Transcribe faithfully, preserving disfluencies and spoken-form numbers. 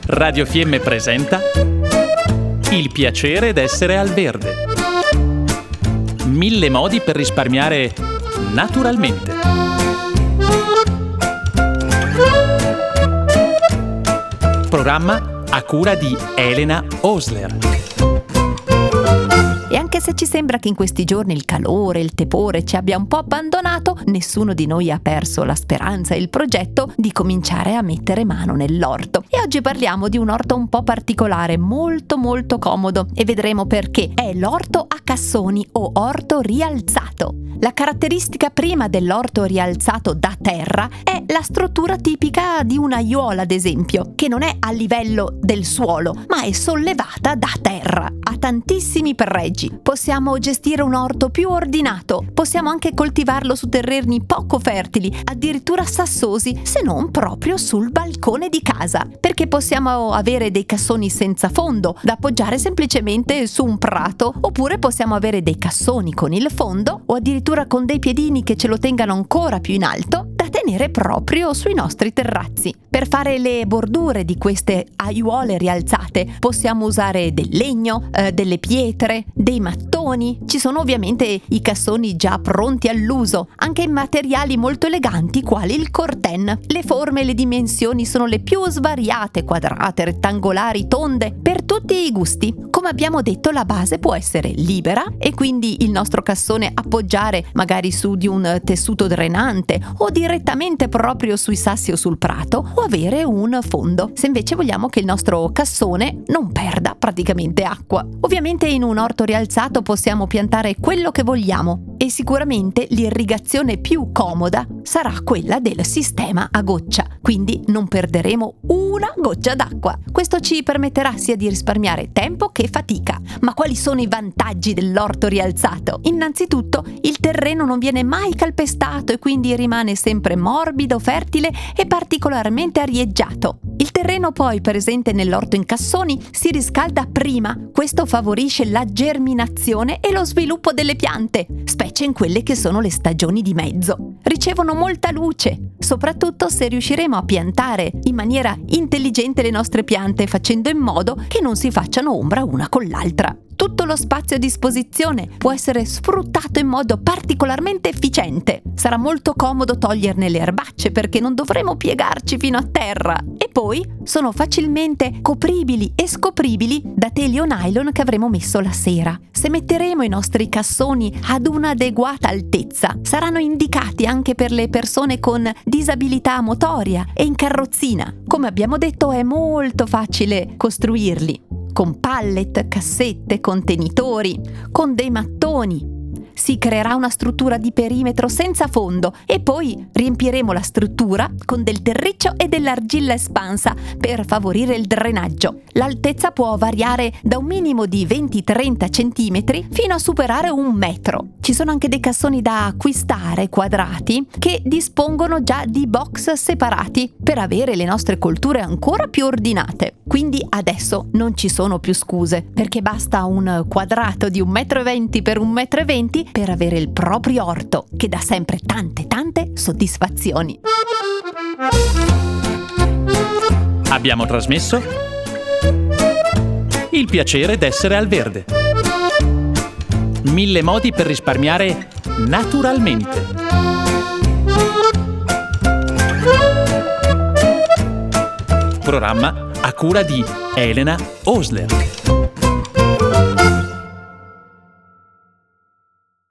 Radio Fiemme presenta Il piacere d'essere al verde. Mille modi per risparmiare naturalmente. Programma a cura di Elena Osler. E anche se ci sembra che in questi giorni il calore, il tepore ci abbia un po' abbandonato, nessuno di noi ha perso la speranza e il progetto di cominciare a mettere mano nell'orto. E oggi parliamo di un orto un po' particolare, molto molto comodo, e vedremo perché. È l'orto a cassoni o orto rialzato. La caratteristica prima dell'orto rialzato da terra è la struttura tipica di un'aiuola, ad esempio, che non è a livello del suolo, ma è sollevata da terra. Ha tantissimi pregi. Possiamo gestire un orto più ordinato, possiamo anche coltivarlo su terreni poco fertili, addirittura sassosi, se non proprio sul balcone di casa, perché possiamo avere dei cassoni senza fondo da appoggiare semplicemente su un prato, oppure possiamo avere dei cassoni con il fondo o addirittura con dei piedini che ce lo tengano ancora più in alto da tenere proprio sui nostri terrazzi. Per fare le bordure di queste aiuole rialzate possiamo usare del legno, eh, delle pietre, dei mattoni. Ci sono ovviamente i cassoni già pronti all'uso, anche in materiali molto eleganti quali il corten. Le forme e le dimensioni sono le più svariate, quadrate, rettangolari, tonde, per tutti i gusti. Come abbiamo detto, la base può essere libera e quindi il nostro cassone appoggiare magari su di un tessuto drenante o direttamente proprio sui sassi o sul prato, o avere un fondo se invece vogliamo che il nostro cassone non perda praticamente acqua. Ovviamente in un orto rialzato possiamo piantare quello che vogliamo e sicuramente l'irrigazione più comoda sarà quella del sistema a goccia, quindi non perderemo una goccia d'acqua. Questo ci permetterà sia di risparmiare tempo che fatica. Ma quali sono i vantaggi dell'orto rialzato? Innanzitutto, il terreno non viene mai calpestato e quindi rimane sempre morbido, fertile e particolarmente arieggiato. Il terreno poi presente nell'orto in cassoni si riscalda prima. Questo favorisce la germinazione e lo sviluppo delle piante, specie in quelle che sono le stagioni di mezzo. Ricevono molta luce, soprattutto se riusciremo a piantare in maniera intelligente le nostre piante, facendo in modo che non si facciano ombra una con l'altra. Tutto lo spazio a disposizione può essere sfruttato in modo particolarmente efficiente. Sarà molto comodo toglierne le erbacce perché non dovremo piegarci fino a terra. E poi sono facilmente copribili e scopribili da teli o nylon che avremo messo la sera. Se metteremo i nostri cassoni ad un'adeguata altezza, saranno indicati anche per le persone con disabilità motoria e in carrozzina. Come abbiamo detto, è molto facile costruirli con pallet, cassette, contenitori, con dei mattoni. Si creerà una struttura di perimetro senza fondo e poi riempiremo la struttura con del terriccio e dell'argilla espansa per favorire il drenaggio. L'altezza può variare da un minimo di venti trenta centimetri fino a superare un metro. Ci sono anche dei cassoni da acquistare quadrati che dispongono già di box separati per avere le nostre colture ancora più ordinate. Quindi adesso non ci sono più scuse, perché basta un quadrato di un metro e venti per un metro e venti per avere il proprio orto, che dà sempre tante tante soddisfazioni. Abbiamo trasmesso Il piacere d'essere al verde. Mille modi per risparmiare naturalmente. Programma a cura di Elena Osler.